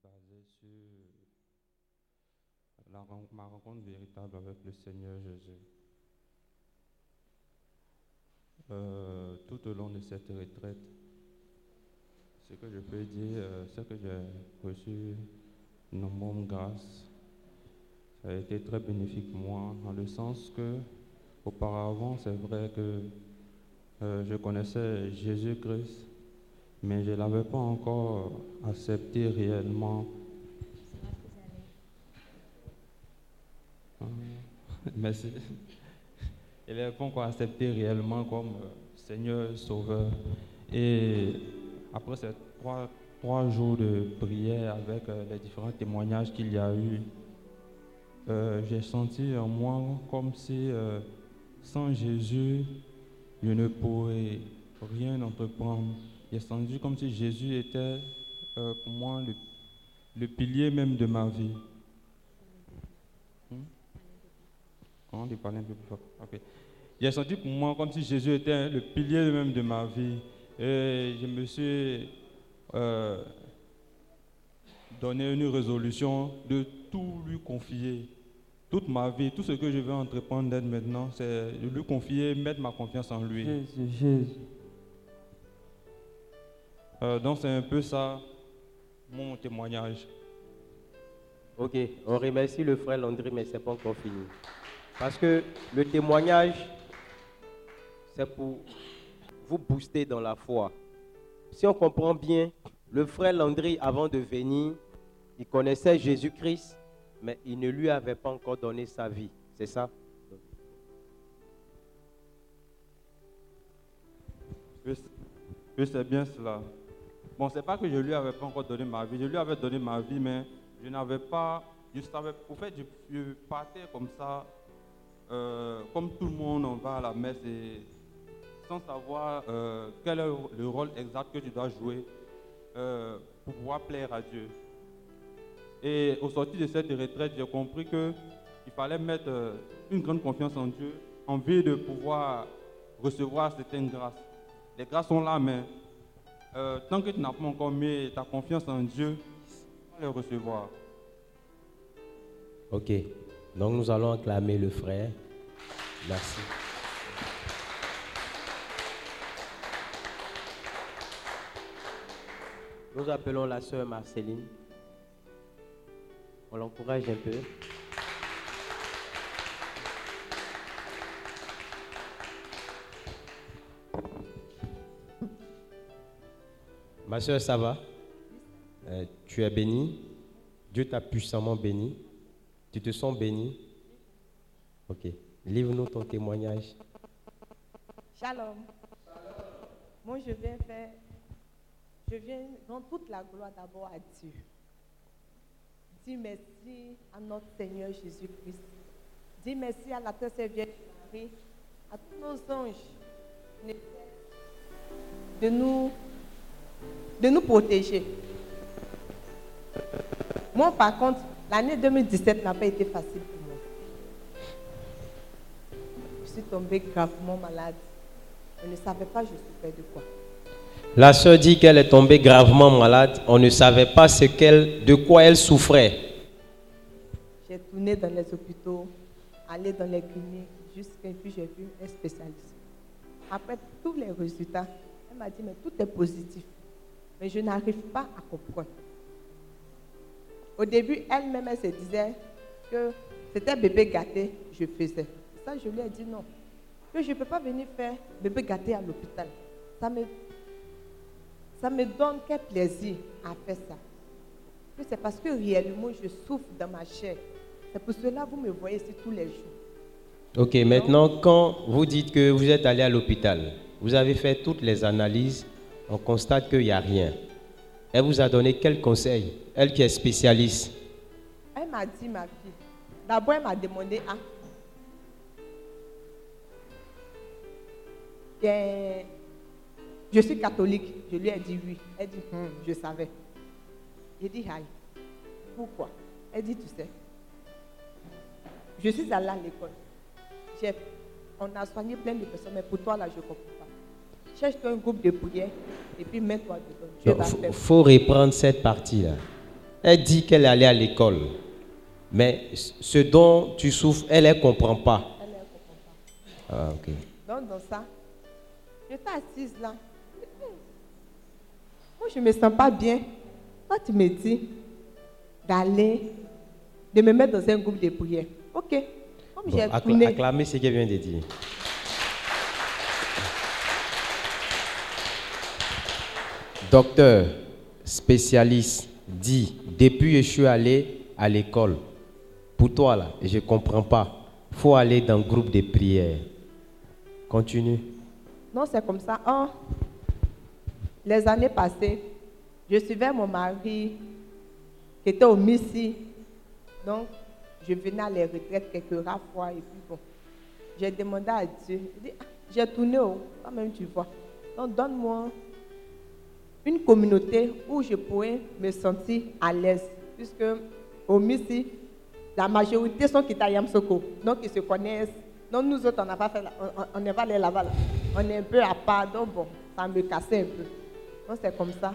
basé sur ma rencontre véritable avec le Seigneur Jésus. Tout au long de cette retraite, ce que je peux dire, c'est que j'ai reçu une énorme grâce. Ça a été très bénéfique pour moi, dans le sens que, auparavant, c'est vrai que je connaissais Jésus-Christ, mais je ne l'avais pas encore accepté réellement. Merci. Je ne l'avais pas encore accepté réellement comme Seigneur Sauveur. Et après ces trois jours de prière avec les différents témoignages qu'il y a eu, j'ai senti en moi comme si sans Jésus, je ne pourrais rien entreprendre. J'ai senti comme si Jésus était pour moi le pilier même de ma vie. Comment on parler un peu plus fort? Okay. J'ai senti pour moi comme si Jésus était le pilier même de ma vie. Et je me suis donné une résolution de tout lui confier. Toute ma vie, tout ce que je veux entreprendre d'être maintenant, c'est de lui confier, mettre ma confiance en lui. Jésus. Donc c'est un peu ça, mon témoignage. Ok, on remercie le frère Landry, mais ce n'est pas encore fini. Parce que le témoignage, c'est pour vous booster dans la foi. Si on comprend bien, le frère Landry, avant de venir, il connaissait Jésus-Christ, mais il ne lui avait pas encore donné sa vie. C'est ça? Oui, c'est bien cela. Bon, c'est pas que je lui avais pas encore donné ma vie. Je lui avais donné ma vie, mais je n'avais pas... Je savais... Au fait, je partais comme ça, comme tout le monde, on va à la messe et sans savoir quel est le rôle exact que tu dois jouer pour pouvoir plaire à Dieu. Et au sortir de cette retraite, j'ai compris qu'il fallait mettre une grande confiance en Dieu en vue de pouvoir recevoir certaines grâces. Les grâces sont là, mais tant que tu n'as pas encore mis ta confiance en Dieu, tu ne vas pas les recevoir. Ok, donc nous allons acclamer le frère. Merci. Nous appelons la sœur Marceline. On l'encourage un peu. Ma sœur, ça va? Tu es bénie? Dieu t'a puissamment bénie? Tu te sens bénie? Ok. Livre-nous ton témoignage. Shalom. Moi, je viens rendre toute la gloire d'abord à Dieu. Dis merci à notre Seigneur Jésus-Christ. Dis merci à la Très Sainte Vierge Marie, à tous nos anges de nous protéger. Moi, par contre, l'année 2017 n'a pas été facile pour moi. Je suis tombée gravement malade. On ne savait pas je souffrais de quoi. La sœur dit qu'elle est tombée gravement malade. On ne savait pas de quoi elle souffrait. J'ai tourné dans les hôpitaux, allé dans les cliniques, jusqu'à puis j'ai vu un spécialiste. Après tous les résultats, elle m'a dit, mais tout est positif. Mais je n'arrive pas à comprendre. Au début, elle-même, elle se disait que c'était bébé gâté, je faisais. Ça, je lui ai dit non. Que je ne peux pas venir faire bébé gâté à l'hôpital. Ça me donne quel plaisir à faire ça. Que c'est parce que réellement, je souffre dans ma chair. C'est pour cela que vous me voyez ici tous les jours. Ok, maintenant, quand vous dites que vous êtes allé à l'hôpital, vous avez fait toutes les analyses, on constate qu'il n'y a rien. Elle vous a donné quel conseil? Elle qui est spécialiste. Elle m'a dit, ma fille, d'abord elle m'a demandé, je suis catholique. Je lui ai dit oui. Elle dit, je savais. J'ai dit, aïe, pourquoi? Elle dit, tu sais, je suis allée à l'école. On a soigné plein de personnes, mais pour toi, là, je ne comprends pas. Cherche-toi un groupe de prière et puis mets-toi dedans. Il faut reprendre cette partie-là. Elle dit qu'elle est allée à l'école. Mais ce dont tu souffres, elle ne comprend pas. Elle ne comprend pas. Ah, ok. Donc, dans ça, j'étais assise là. Moi, je ne me sens pas bien. Toi, tu me dis d'aller, de me mettre dans un groupe de prière. Ok. Comme Bon, j'ai tourné. acclamez ce qu'elle vient de dire. Docteur, spécialiste, dit, depuis que je suis allé à l'école, pour toi là, je ne comprends pas, il faut aller dans le groupe de prière. Continue. Non, c'est comme ça. Oh, les années passées, je suivais mon mari qui était au Missi. Donc, je venais à les retraites quelques rares fois et puis bon, j'ai demandé à Dieu. Il dit, j'ai tourné, quand même tu vois. Donc, donne-moi une communauté où je pourrais me sentir à l'aise. Puisque au Missi, la majorité sont quittés à Yamsoko. Donc, ils se connaissent. Donc, nous autres, on n'a pas fait, on n'est pas allé là-bas. Là. On est un peu à part. Donc, bon, ça me cassait un peu. Donc, c'est comme ça.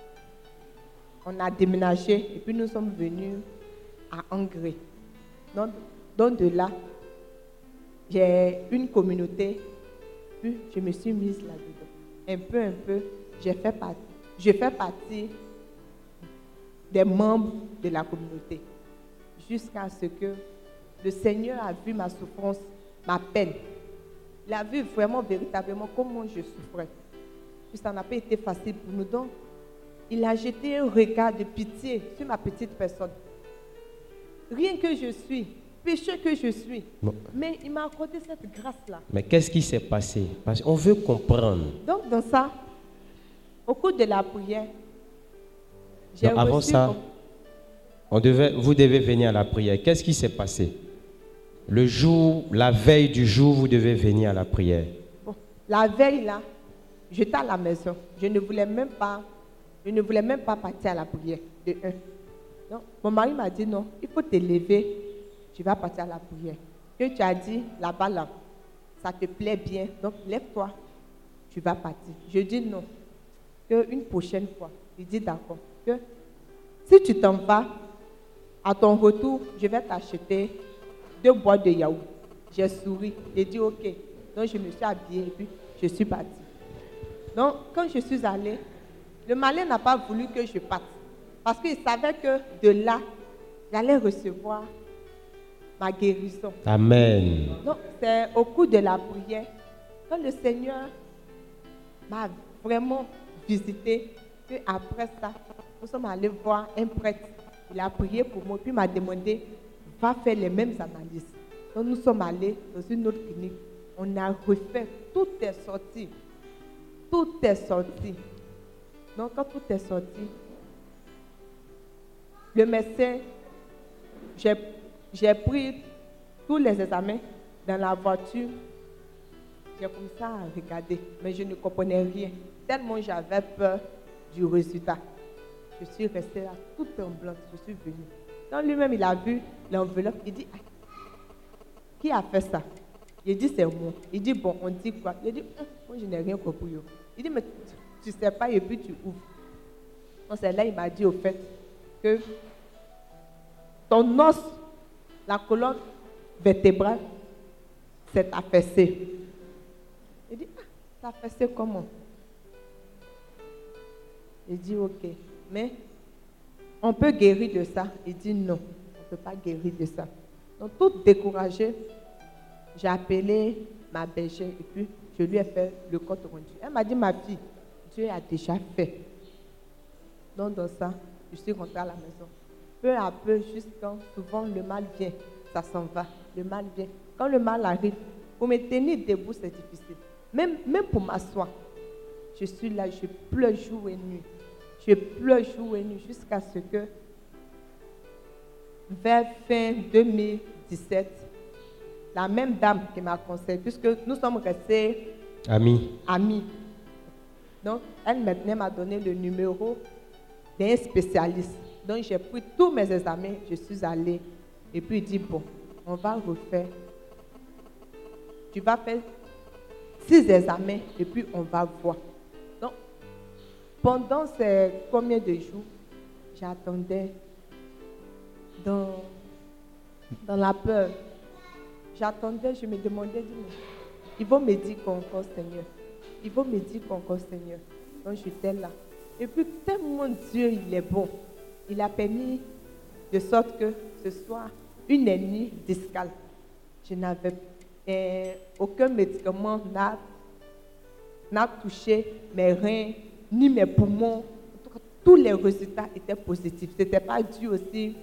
On a déménagé et puis nous sommes venus à Angers. Donc de là, j'ai une communauté, puis je me suis mise là-dedans. Un peu, je fais partie des membres de la communauté. Jusqu'à ce que le Seigneur a vu ma souffrance, ma peine. Il a vu vraiment, véritablement comment je souffrais. Puis ça n'a pas été facile pour nous. Donc, il a jeté un regard de pitié sur ma petite personne. Rien que je suis, pécheur que je suis. Bon. Mais il m'a accordé cette grâce-là. Mais qu'est-ce qui s'est passé? Parce qu'on veut comprendre. Donc, dans ça, au cours de la prière, j'ai reçu... Avant ça, vous devez venir à la prière. Qu'est-ce qui s'est passé? Le jour, la veille du jour, vous devez venir à la prière. Bon, la veille, là, j'étais à la maison. Je ne voulais même pas partir à la prière, de un. Donc, mon mari m'a dit non, il faut te lever, tu vas partir à la prière. Que tu as dit là-bas, là, ça te plaît bien, donc lève-toi, tu vas partir. Je dis non, qu'une prochaine fois. Il dit d'accord, que si tu t'en vas, à ton retour, je vais t'acheter 2 boîtes de yaourt. J'ai souri, j'ai dit ok. Donc je me suis habillée et puis je suis partie. Donc quand je suis allée, le malin n'a pas voulu que je parte. Parce qu'il savait que de là, j'allais recevoir ma guérison. Amen. Donc, c'est au cours de la prière, quand le Seigneur m'a vraiment visité, que après ça, nous sommes allés voir un prêtre. Il a prié pour moi, puis il m'a demandé, va faire les mêmes analyses. Donc, nous sommes allés dans une autre clinique. On a refait, tout est sorti. Tout est sorti. Donc, quand tout est sorti, le médecin, j'ai pris tous les examens dans la voiture. J'ai commencé à regarder, mais je ne comprenais rien. Tellement j'avais peur du résultat. Je suis restée là, toute tremblante. Je suis venue. Donc lui-même, il a vu l'enveloppe. Il dit, qui a fait ça? Il dit, c'est moi. Il dit, bon, on dit quoi? Il dit, moi, je n'ai rien compris. Il dit, mais tu ne sais pas et puis tu ouvres. Donc c'est là, il m'a dit au fait que ton os, la colonne vertébrale, s'est affaissée. Il dit, ça affaissé comment? Il dit, ok, mais on peut guérir de ça. Il dit, non, on ne peut pas guérir de ça. Donc, tout découragé, j'ai appelé ma bergère et puis je lui ai fait le compte rendu. Elle m'a dit, ma fille, Dieu a déjà fait. Donc, dans ça, je suis rentrée à la maison. Peu à peu, jusqu'à souvent le mal vient, ça s'en va. Le mal vient. Quand le mal arrive, pour me tenir debout, c'est difficile. Même pour m'asseoir, je suis là, je pleure jour et nuit. Je pleure jour et nuit jusqu'à ce que, vers fin 2017, la même dame qui m'a conseillé, puisque nous sommes restés amis. Donc, elle maintenant m'a donné le numéro d'un spécialiste. Donc, j'ai pris tous mes examens, je suis allée. Et puis, il dit, bon, on va refaire. Tu vas faire 6 examens et puis on va voir. Donc, pendant ces combien de jours, j'attendais dans la peur. J'attendais, je me demandais, ils vont me dire qu'encore Seigneur. Ils vont me dire qu'encore Seigneur. Donc j'étais là. Et puis tellement Dieu, il est bon. Il a permis de sorte que ce soit une hernie discale. Je n'avais aucun médicament n'a touché mes reins, ni mes poumons. En tout cas, tous les résultats étaient positifs. Ce n'était pas dû aussi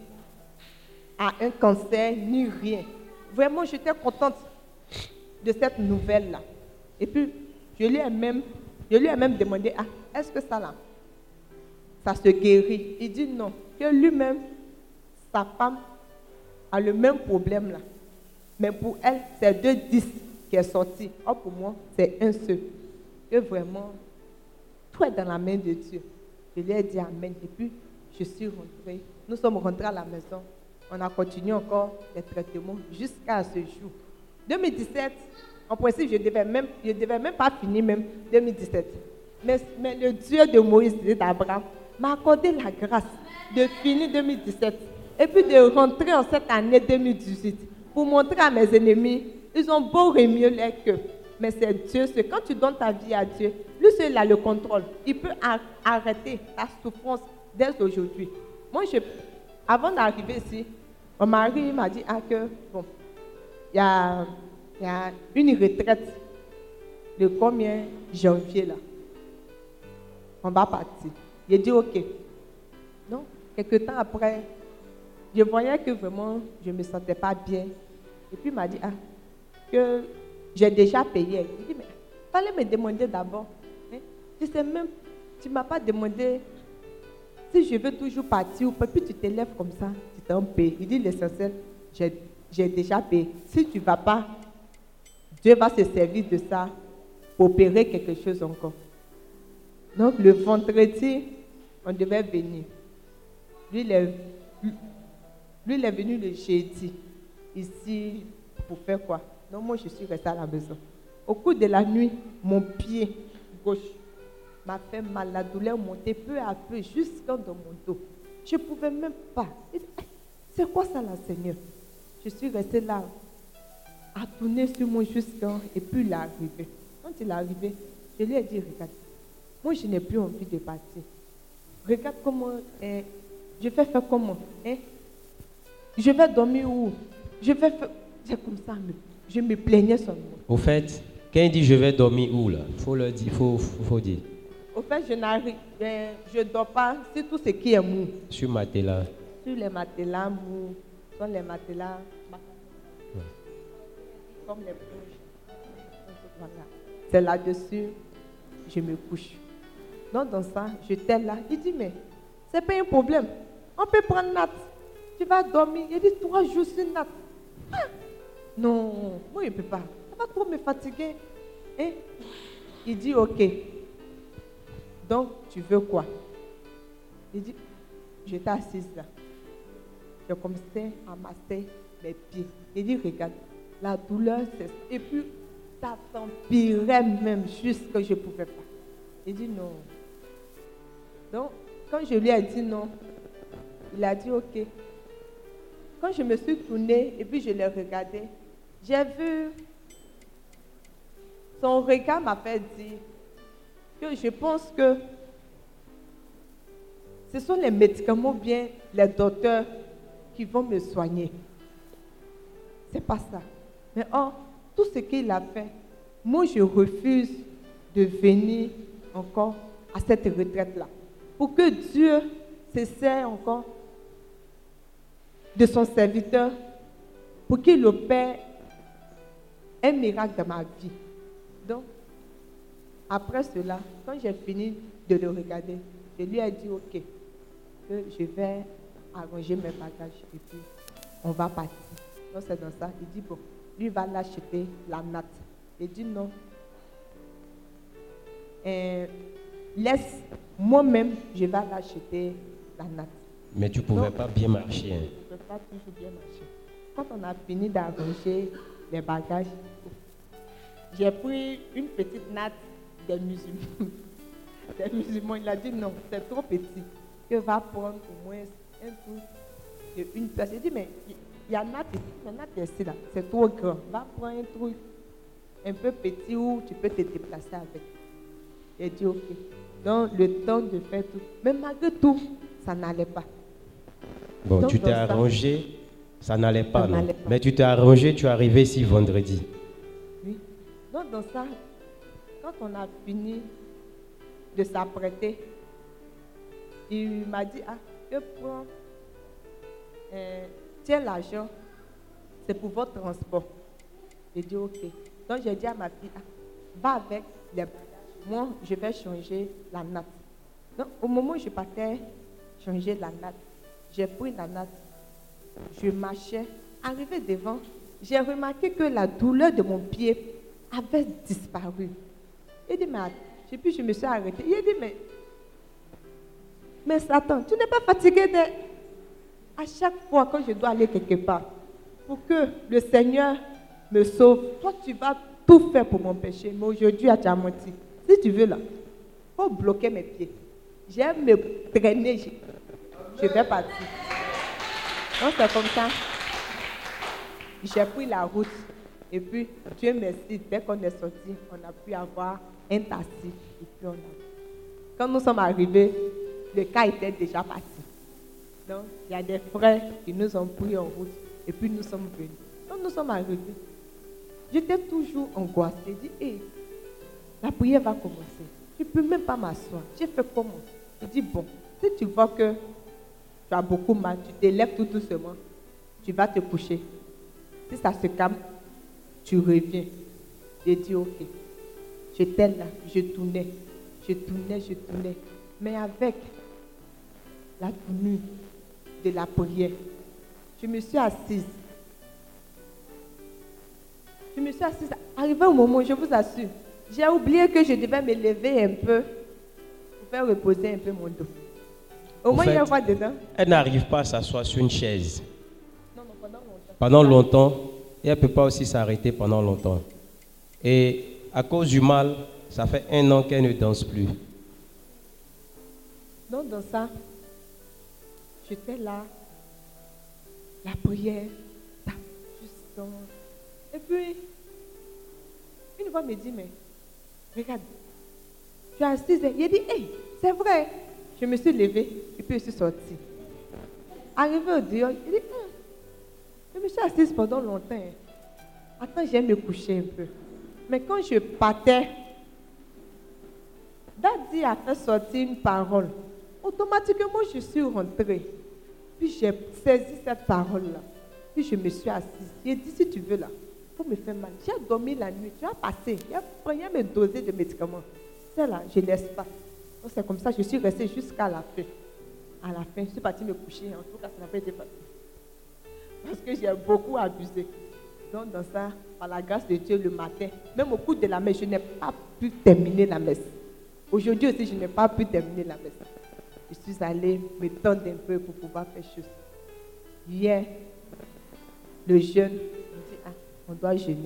à un cancer, ni rien. Vraiment, j'étais contente de cette nouvelle-là. Et puis, je lui ai même demandé, est-ce que ça là, ça se guérit? Il dit non, que lui-même, sa femme a le même problème là. Mais pour elle, c'est 2 disques qui est sorti. Or, pour moi, c'est un seul. Que vraiment, tout est dans la main de Dieu. Je lui ai dit amen. Et puis, je suis rentrée. Nous sommes rentrés à la maison. On a continué encore les traitements jusqu'à ce jour. 2017, en principe, je ne devais même pas finir même 2017. Mais le Dieu de Moïse et d'Abraham m'a accordé la grâce de finir 2017 et puis de rentrer en cette année 2018 pour montrer à mes ennemis, ils ont beau remuer leur queue, mais c'est Dieu. C'est quand tu donnes ta vie à Dieu, lui seul a le contrôle. Il peut arrêter ta souffrance dès aujourd'hui. Moi, avant d'arriver ici, mon mari m'a dit que bon, il y a une retraite de combien janvier là. On va partir. J'ai dit ok. Donc, quelques temps après, je voyais que vraiment je ne me sentais pas bien. Et puis il m'a dit que j'ai déjà payé. J'ai dit mais il fallait me demander d'abord. Hein? Je sais même, tu ne m'as pas demandé si je veux toujours partir ou pas. Puis tu t'élèves comme ça, tu t'en payes. Il dit l'essentiel, j'ai déjà payé. Si tu ne vas pas, Dieu va se servir de ça pour opérer quelque chose encore. Donc le vendredi, on devait venir. Lui, il est venu le jeudi, ici, pour faire quoi? Donc moi, je suis restée à la maison. Au cours de la nuit, mon pied gauche m'a fait mal. La douleur montait peu à peu jusqu'en dans mon dos. Je ne pouvais même pas. C'est quoi ça là, Seigneur? Je suis restée là, à tourner sur moi jusqu'en... Et puis il est arrivé. Quand il est arrivé, je lui ai dit, regarde, moi je n'ai plus envie de partir. Regarde comment... je vais faire comment? Je vais dormir où? Je vais faire... C'est comme ça, je me plaignais seulement. Au fait, quand il dit je vais dormir où là? Faut le dire, faut dire. Au fait, je ne dors pas sur tout ce qui est mou. Sur matelas. Sur les matelas mous, sur les matelas... Comme les bouches. Voilà. C'est là-dessus, je me couche. Donc dans ça, j'étais là. Il dit, mais c'est pas un problème. On peut prendre Nat. Tu vas dormir. Il dit, 3 jours sur Nat. Non, moi je ne peux pas. Ça va trop me fatiguer. Il dit, ok. Donc, tu veux quoi? Il dit, j'étais assise là. J'ai commencé à masser mes pieds. Il dit, regarde, la douleur cesse. Et puis, ça s'empirait même jusque je ne pouvais pas. Il dit non. Donc, quand je lui ai dit non, il a dit ok. Quand je me suis tournée et puis je l'ai regardé, j'ai vu, son regard m'a fait dire que je pense que ce sont les médicaments bien les docteurs qui vont me soigner. C'est pas ça. Mais tout ce qu'il a fait, moi je refuse de venir encore à cette retraite-là. Pour que Dieu se sert encore de son serviteur, pour qu'il opère un miracle dans ma vie. Donc, après cela, quand j'ai fini de le regarder, je lui ai dit ok, que je vais arranger mes bagages et puis on va partir. Donc c'est dans ça, il dit bon, lui va l'acheter la natte. Il dit non. Laisse, moi-même, je vais l'acheter la natte. Mais tu ne pouvais pas bien marcher. Hein. Je ne peux pas toujours bien marcher. Quand on a fini d'arranger les bagages, j'ai pris une petite natte des musulmans. Des musulmans, il a dit non, c'est trop petit. Que va prendre au moins un coup une place. J'ai dit, mais il y a Nat ici, là. C'est trop grand. Va prendre un truc un peu petit où tu peux te déplacer avec. J'ai dit, ok. Donc, le temps de faire tout. Mais malgré tout, ça n'allait pas. Bon, Donc, tu t'es dans ça, arrangé, ça n'allait pas, ça non? n'allait pas. Mais tu t'es arrangé, tu es arrivé ici vendredi. Oui. Donc, dans ça, quand on a fini de s'apprêter, il m'a dit, ah, je prends, tiens l'argent, c'est pour votre transport. J'ai dit, ok. Donc, j'ai dit à ma fille, ah, va avec les bagages. Moi, je vais changer la natte. Donc, au moment où je partais changer la natte, j'ai pris la natte, je marchais, arrivé devant, j'ai remarqué que la douleur de mon pied avait disparu. Il dit, mais attends. Et puis je me suis arrêtée. Il dit, mais Satan, tu n'es pas fatigué à chaque fois que je dois aller quelque part, pour que le Seigneur me sauve, toi tu vas tout faire pour mon péché. Mais aujourd'hui, tu as menti. Si tu veux là, il faut bloquer mes pieds. J'aime me traîner, je vais partir. Donc c'est comme ça. J'ai pris la route. Et puis, Dieu merci, dès qu'on est sorti, on a pu avoir un taxi. Et puis quand nous sommes arrivés, le cas était déjà parti. Donc, il y a des frères qui nous ont pris en route. Et puis, nous sommes venus. Quand nous sommes arrivés, j'étais toujours angoissée. J'ai dit, hé, la prière va commencer. Je ne peux même pas m'asseoir. J'ai fait comment? J'ai dit, bon, si tu vois que tu as beaucoup mal, tu te lèves tout doucement, tu vas te coucher. Si ça se calme, tu reviens. J'ai dit, ok. J'étais là, je tournais. Mais avec la tenue de la prière, je me suis assise. Arrivé au moment, je vous assure, j'ai oublié que je devais me lever un peu pour faire reposer un peu mon dos. Au moins, il y a quoi dedans? Elle n'arrive pas à s'asseoir sur une chaise. Non, pendant longtemps. Pendant longtemps, et elle ne peut pas aussi s'arrêter pendant longtemps. Et à cause du mal, ça fait 1 an qu'elle ne danse plus. Donc dans ça, j'étais là, la prière, juste dans... Et puis, une fois, me dit, mais regarde, tu es assise. Il a dit, hey, c'est vrai. Je me suis levée et puis je suis sortie. Arrivé au dehors, il dit, je me suis assise pendant longtemps. Attends, j'aime me coucher un peu. Mais quand je partais, Daddy a fait sortir une parole. Automatiquement, je suis rentrée. Puis j'ai saisi cette parole-là. Puis je me suis assise. Il dit, si tu veux là, il faut me faire mal. J'ai dormi la nuit, tu as passé. Il a me doser de médicaments. C'est là, je ne laisse pas. Donc c'est comme ça, je suis restée jusqu'à la fin. À la fin, je suis partie me coucher. En tout cas, ça n'a pas été facile. Parce que j'ai beaucoup abusé. Donc dans ça, par la grâce de Dieu, le matin, même au cours de la messe, je n'ai pas pu terminer la messe. Aujourd'hui aussi, je n'ai pas pu terminer la messe. Je suis allée me tendre un peu pour pouvoir faire chose. Hier, le jeûne, me dit, ah, on doit jeûner.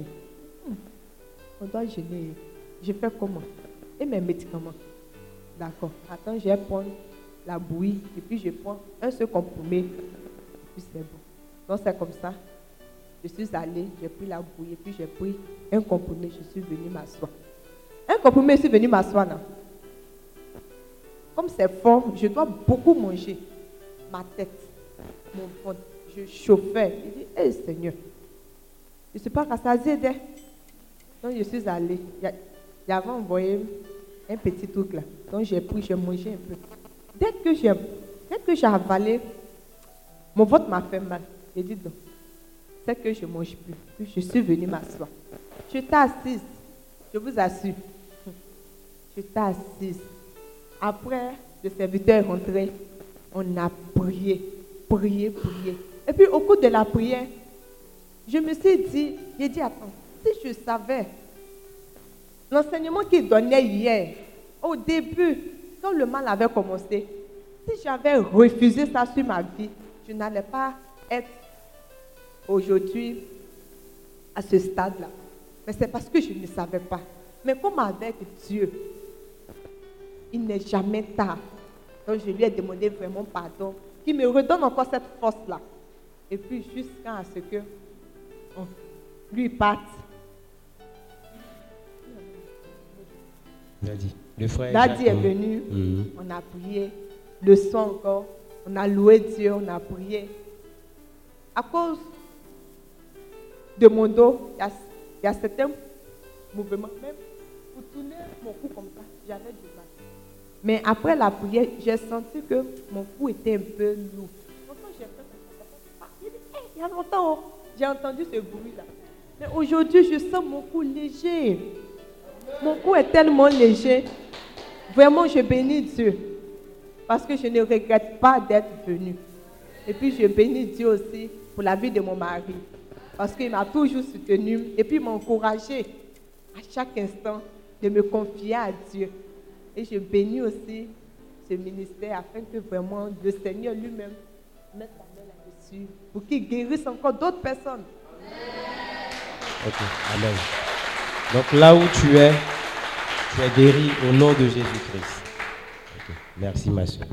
On doit jeûner. Je fais comment? Et mes médicaments. D'accord. Attends, je vais prendre la bouillie et puis je prends un seul comprimé. Et puis c'est bon. Donc c'est comme ça. Je suis allée, j'ai pris la bouillie et puis j'ai pris un comprimé. Je suis venue m'asseoir. Un comprimé, je suis venue m'asseoir là. Comme c'est fort, je dois beaucoup manger. Ma tête, mon ventre, je chauffais. Je dis, hé Seigneur, je ne suis pas rassasiée. Donc je suis allée. Il avait envoyé un petit truc là. Donc j'ai pris, j'ai mangé un peu. Dès que j'ai avalé, mon ventre m'a fait mal. J'ai dit donc, c'est que je ne mange plus. Puis je suis venue m'asseoir. J'étais assise, je vous assure. J'étais assise. Après, le serviteur est rentré. On a prié. Et puis au cours de la prière, je me suis dit, j'ai dit, attends, si je savais l'enseignement qu'il donnait hier, au début, quand le mal avait commencé, si j'avais refusé ça sur ma vie, je n'allais pas être aujourd'hui à ce stade-là. Mais c'est parce que je ne savais pas. Mais comme avec Dieu, il n'est jamais tard. Donc je lui ai demandé vraiment pardon, qu'il me redonne encore cette force-là Et puis jusqu'à ce que lui parte. Le frère Daddy est Jacques, venu, on a prié, le soir encore, on a loué Dieu, on a prié. À cause de mon dos, il y a certains mouvements, même pour tourner mon cou comme ça, j'avais du mal. Mais après la prière, j'ai senti que mon cou était un peu lourd. Pourtant, j'ai fait ça. Il y a longtemps, j'ai entendu ce bruit-là. Mais aujourd'hui, je sens mon cou léger. Mon cou est tellement léger. Vraiment, je bénis Dieu. Parce que je ne regrette pas d'être venue. Et puis, je bénis Dieu aussi pour la vie de mon mari. Parce qu'il m'a toujours soutenu et puis m'a encouragé à chaque instant de me confier à Dieu. Et je bénis aussi ce ministère afin que vraiment le Seigneur lui-même mette la main là-dessus pour qu'il guérisse encore d'autres personnes. Ok, amen. Donc là où tu es guéri au nom de Jésus-Christ. Okay. Merci ma soeur.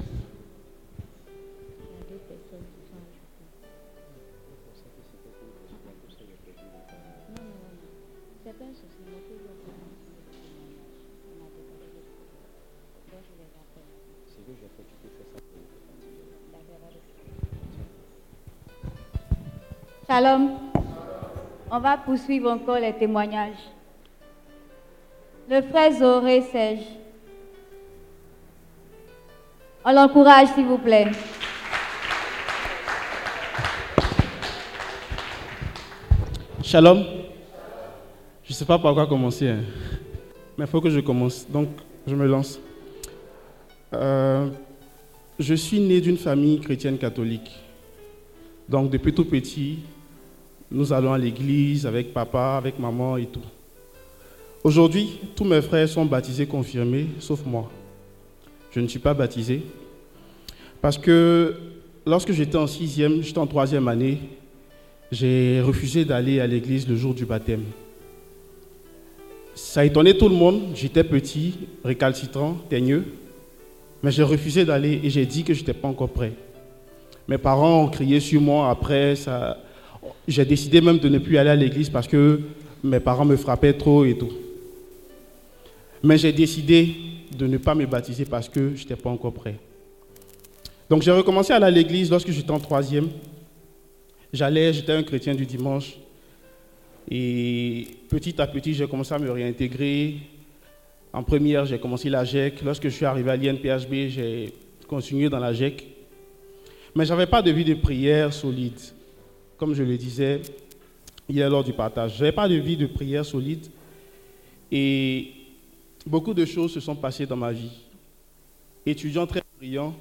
Shalom. On va poursuivre encore les témoignages. Le frère Zoré Serge. On l'encourage, s'il vous plaît. Shalom. Je ne sais pas par quoi commencer, hein. Mais il faut que je commence. Donc, je me lance. Je suis né d'une famille chrétienne catholique. Donc, depuis tout petit, nous allons à l'église avec papa, avec maman et tout. Aujourd'hui, tous mes frères sont baptisés, confirmés, sauf moi. Je ne suis pas baptisé. Parce que lorsque j'étais en 6e, j'étais en 3e année, j'ai refusé d'aller à l'église le jour du baptême. Ça a étonné tout le monde. J'étais petit, récalcitrant, teigneux. Mais j'ai refusé d'aller et j'ai dit que je n'étais pas encore prêt. Mes parents ont crié sur moi après. J'ai décidé même de ne plus aller à l'église parce que mes parents me frappaient trop et tout. Mais j'ai décidé de ne pas me baptiser parce que je n'étais pas encore prêt. Donc j'ai recommencé à aller à l'église lorsque j'étais en 3e. J'étais un chrétien du dimanche. Et petit à petit, j'ai commencé à me réintégrer. En première, j'ai commencé la GEC. Lorsque je suis arrivé à l'INPHB, j'ai continué dans la GEC. Mais je n'avais pas de vie de prière solide. Comme je le disais hier lors du partage, je n'avais pas de vie de prière solide. Et beaucoup de choses se sont passées dans ma vie. Étudiant très brillant,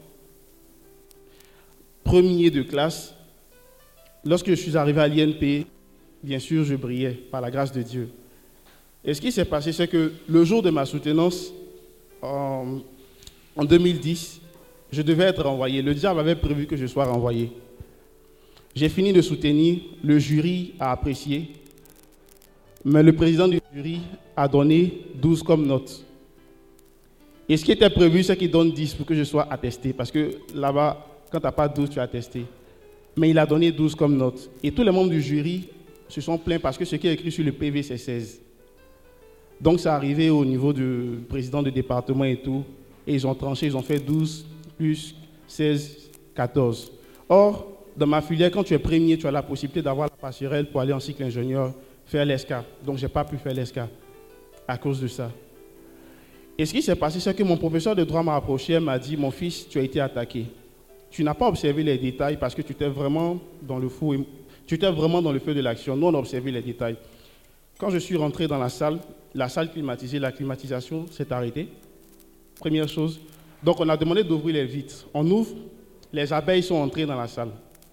premier de classe, lorsque je suis arrivé à l'INP, bien sûr, je brillais par la grâce de Dieu. Et ce qui s'est passé, c'est que le jour de ma soutenance, en 2010, je devais être renvoyé. Le diable avait prévu que je sois renvoyé. J'ai fini de soutenir, le jury a apprécié, mais le président du jury a donné 12 comme note. Et ce qui était prévu, c'est qu'il donne 10 pour que je sois attesté, parce que là-bas, quand tu n'as pas 12, tu es attesté. Mais il a donné 12 comme note. Et tous les membres du jury se sont plaints parce que ce qui est écrit sur le PV, c'est 16. Donc, c'est arrivé au niveau du président du département et tout, et ils ont tranché, ils ont fait 12 plus 16, 14. Or, dans ma filière, quand tu es premier, tu as la possibilité d'avoir la passerelle pour aller en cycle ingénieur, faire l'ESCA. Donc, je n'ai pas pu faire l'ESCA à cause de ça. Et ce qui s'est passé, c'est que mon professeur de droit m'a approché et m'a dit « Mon fils, tu as été attaqué. Tu n'as pas observé les détails parce que tu étais vraiment dans le feu de l'action. Nous, on a observé les détails. » Quand je suis rentré dans la salle climatisée, la climatisation s'est arrêtée. Première chose. Donc, on a demandé d'ouvrir les vitres. On ouvre, les abeilles sont entrées dans la salle.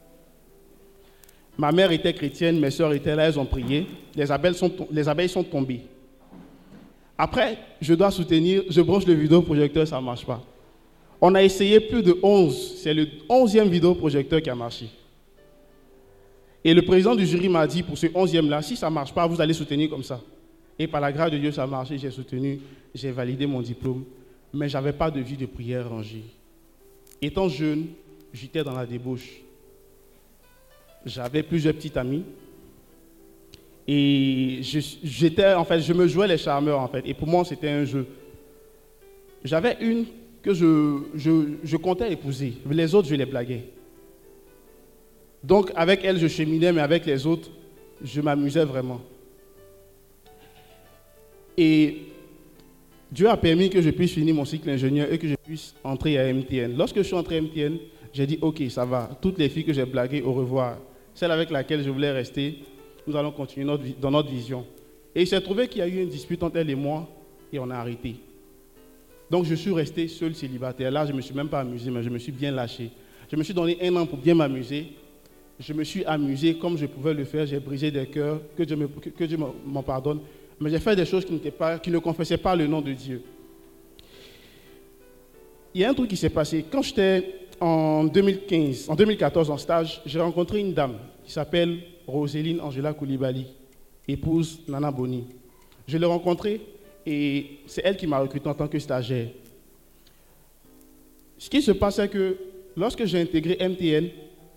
Ma mère était chrétienne, mes soeurs étaient là, elles ont prié. Les abeilles sont tombées. Après, je dois soutenir, je branche le vidéoprojecteur, ça ne marche pas. On a essayé plus de 11. C'est le 11e vidéoprojecteur qui a marché. Et le président du jury m'a dit, pour ce 11e-là, si ça ne marche pas, vous allez soutenir comme ça. Et par la grâce de Dieu, ça a marché, j'ai soutenu, j'ai validé mon diplôme. Mais je n'avais pas de vie de prière rangée. Étant jeune, j'étais dans la débauche. j'avais plusieurs petites amies. Et je me jouais les charmeurs, en fait. Et pour moi, c'était un jeu. J'avais une que je comptais épouser. Les autres, je les blaguais. Donc, avec elle, je cheminais, mais avec les autres, je m'amusais vraiment. Et Dieu a permis que je puisse finir mon cycle ingénieur et que je puisse entrer à MTN. Lorsque je suis entré à MTN, j'ai dit, OK, ça va. Toutes les filles que j'ai blaguées, au revoir. Celle avec laquelle je voulais rester, nous allons continuer dans notre vision. Et il s'est trouvé qu'il y a eu une dispute entre elle et moi, et on a arrêté. Donc, je suis resté seul célibataire. Là, je ne me suis même pas amusé, mais je me suis bien lâché. Je me suis donné 1 an pour bien m'amuser. Je me suis amusé comme je pouvais le faire. J'ai brisé des cœurs, que Dieu m'en pardonne. Mais j'ai fait des choses qui ne confessaient pas le nom de Dieu. Il y a un truc qui s'est passé. Quand j'étais en 2014 en stage, j'ai rencontré une dame qui s'appelle Roséline Angela Koulibaly, épouse Nana Boni. Je l'ai rencontrée et c'est elle qui m'a recruté en tant que stagiaire. Ce qui se passe, c'est que lorsque j'ai intégré MTN,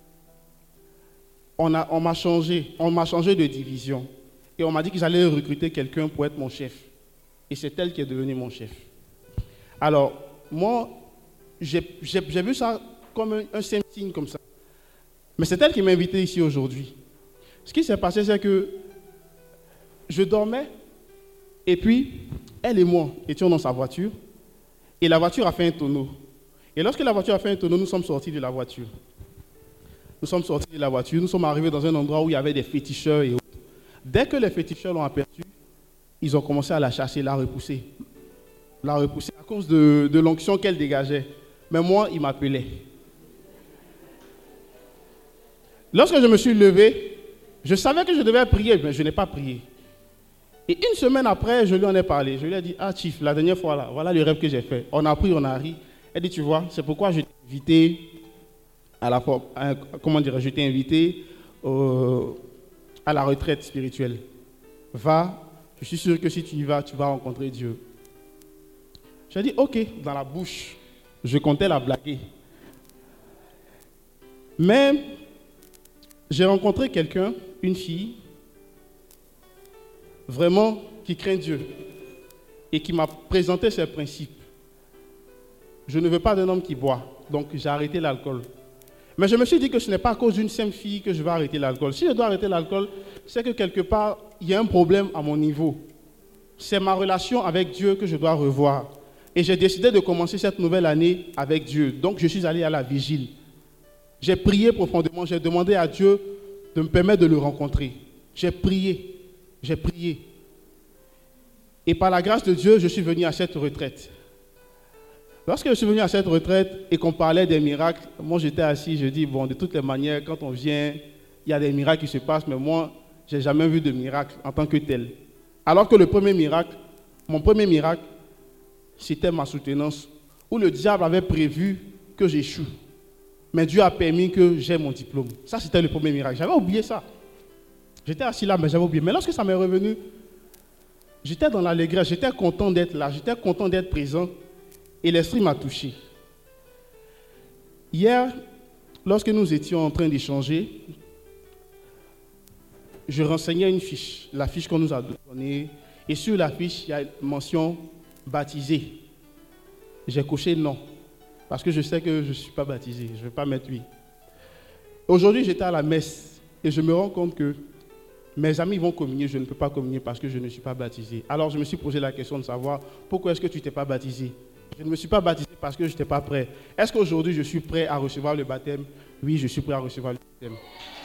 on m'a changé de division. Et on m'a dit qu'ils allaient recruter quelqu'un pour être mon chef. Et c'est elle qui est devenue mon chef. Alors, moi, j'ai vu ça comme un simple signe comme ça. Mais c'est elle qui m'a invité ici aujourd'hui. Ce qui s'est passé, c'est que je dormais, et puis, elle et moi étions dans sa voiture, et la voiture a fait un tonneau. Et lorsque la voiture a fait un tonneau, nous sommes sortis de la voiture. Nous sommes arrivés dans un endroit où il y avait des féticheurs et autres. Dès que les féticheurs l'ont aperçue, ils ont commencé à la chasser, la repousser à cause de l'onction qu'elle dégageait. Mais moi, ils m'appelaient. Lorsque je me suis levé, je savais que je devais prier, mais je n'ai pas prié. Et 1 semaine après, je lui en ai parlé. Je lui ai dit, ah Chief, la dernière fois là, voilà le rêve que j'ai fait. On a pris, on a ri. Elle dit, tu vois, c'est pourquoi je t'ai invité à la retraite spirituelle. Va, je suis sûr que si tu y vas, tu vas rencontrer Dieu. J'ai dit, ok, dans la bouche. Je comptais la blaguer. Mais j'ai rencontré quelqu'un, une fille, vraiment qui craint Dieu et qui m'a présenté ses principes. Je ne veux pas d'un homme qui boit, donc j'ai arrêté l'alcool. Mais je me suis dit que ce n'est pas à cause d'une simple fille que je vais arrêter l'alcool. Si je dois arrêter l'alcool, c'est que quelque part, il y a un problème à mon niveau. C'est ma relation avec Dieu que je dois revoir. Et j'ai décidé de commencer cette nouvelle année avec Dieu. Donc je suis allé à la vigile. J'ai prié profondément, j'ai demandé à Dieu de me permettre de le rencontrer. J'ai prié. Et par la grâce de Dieu, je suis venu à cette retraite. Lorsque je suis venu à cette retraite et qu'on parlait des miracles, moi j'étais assis, je dis, bon, de toutes les manières, quand on vient, il y a des miracles qui se passent, mais moi, je n'ai jamais vu de miracle en tant que tel. Alors que mon premier miracle, c'était ma soutenance, où le diable avait prévu que j'échoue. Mais Dieu a permis que j'aie mon diplôme. Ça, c'était le premier miracle. J'avais oublié ça. J'étais assis là, mais j'avais oublié. Mais lorsque ça m'est revenu, j'étais dans l'allégresse, j'étais content d'être là, j'étais content d'être présent. Et l'esprit m'a touché. Hier, lorsque nous étions en train d'échanger, je renseignais une fiche, la fiche qu'on nous a donnée. Et sur la fiche, il y a une mention baptisé. J'ai coché non, parce que je sais que je ne suis pas baptisé. Je ne vais pas mettre oui. Aujourd'hui, j'étais à la messe et je me rends compte que mes amis vont communier, je ne peux pas communier parce que je ne suis pas baptisé. Alors je me suis posé la question de savoir pourquoi est-ce que tu n'étais pas baptisé. Je ne me suis pas baptisé parce que je n'étais pas prêt. Est-ce qu'aujourd'hui je suis prêt à recevoir le baptême? Oui, je suis prêt à recevoir le baptême.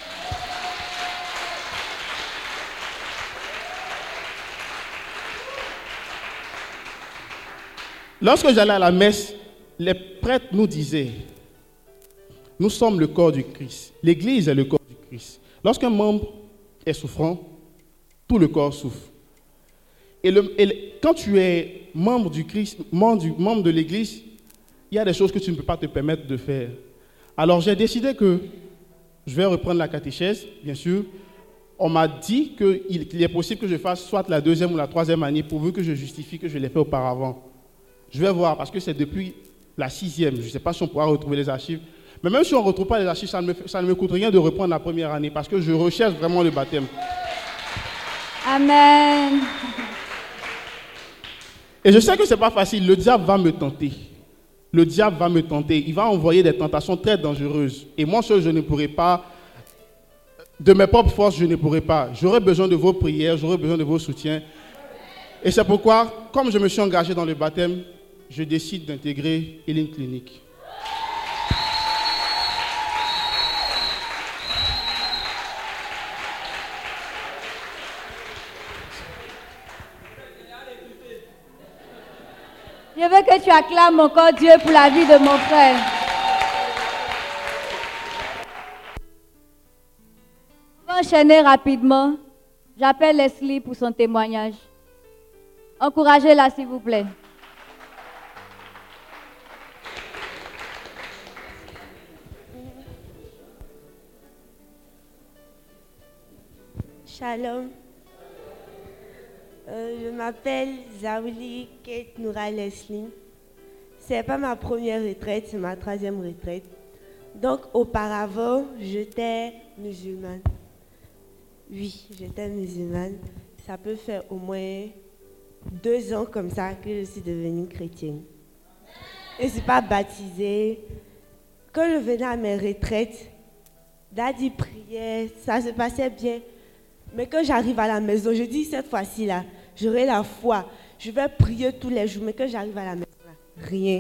Lorsque j'allais à la messe, les prêtres nous disaient, nous sommes le corps du Christ. L'Église est le corps du Christ. Lorsqu'un membre est souffrant, tout le corps souffre. Et quand tu es membre du Christ, membre de l'Église, il y a des choses que tu ne peux pas te permettre de faire. Alors j'ai décidé que je vais reprendre la catéchèse, bien sûr. On m'a dit qu'il est possible que je fasse soit la 2e ou la 3e année, pourvu que je justifie que je l'ai fait auparavant. Je vais voir, parce que c'est depuis la 6e. Je ne sais pas si on pourra retrouver les archives. Mais même si on ne retrouve pas les archives, ça ne me coûte rien de reprendre la première année parce que je recherche vraiment le baptême. Amen. Et je sais que ce n'est pas facile. Le diable va me tenter. Le diable va me tenter. Il va envoyer des tentations très dangereuses. Et moi seul, je ne pourrai pas. De mes propres forces, je ne pourrai pas. J'aurai besoin de vos prières, j'aurai besoin de vos soutiens. Et c'est pourquoi, comme je me suis engagé dans le baptême, je décide d'intégrer Healing Clinic. Je veux que tu acclames encore Dieu pour la vie de mon frère. On va enchaîner rapidement. J'appelle Leslie pour son témoignage. Encouragez-la, s'il vous plaît. Shalom. Je m'appelle Zaouli Kate Noura Leslie. Ce n'est pas ma première retraite, c'est ma 3e retraite. Donc, auparavant, j'étais musulmane. Oui, j'étais musulmane. Ça peut faire au moins 2 ans comme ça que je suis devenue chrétienne. Je ne suis pas baptisée. Quand je venais à mes retraites, Daddy priait, ça se passait bien. Mais quand j'arrive à la maison, je dis cette fois-ci-là, j'aurai la foi. Je vais prier tous les jours. Mais quand j'arrive à la maison, là, rien.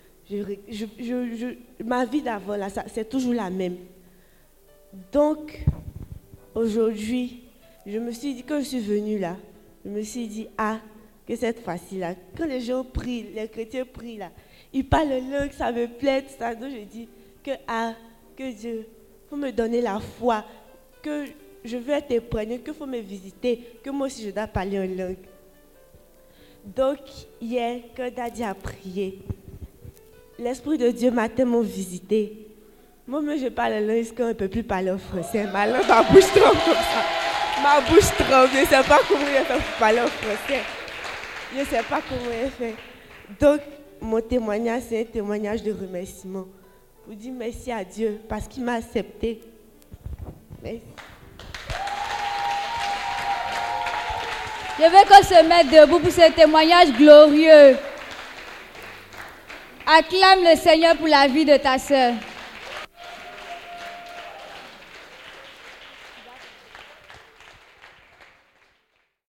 Ma vie d'avant, là, c'est toujours la même. Donc, aujourd'hui, je me suis dit, quand je suis venue là, je me suis dit, que cette fois-ci-là, quand les gens prient, les chrétiens prient là, ils parlent langue, ça me plaît, tout ça. Donc, je dis que Dieu, faut me donner la foi, que je veux être épargné, qu'il faut me visiter, que moi aussi je dois parler en langue. Donc, hier, quand Daddy a prié, l'Esprit de Dieu m'a tellement visité. Moi-même, je parle en langue, est-ce qu'on ne peut plus parler en français? Ma langue, ma bouche tremble comme ça. Ma bouche tremble, je ne sais pas comment je fais pour parler en français. Je ne sais pas comment je fais. Donc, mon témoignage, c'est un témoignage de remerciement. Pour dire merci à Dieu parce qu'il m'a accepté. Merci. Je veux qu'on se mette debout pour ce témoignage glorieux. Acclame le Seigneur pour la vie de ta sœur.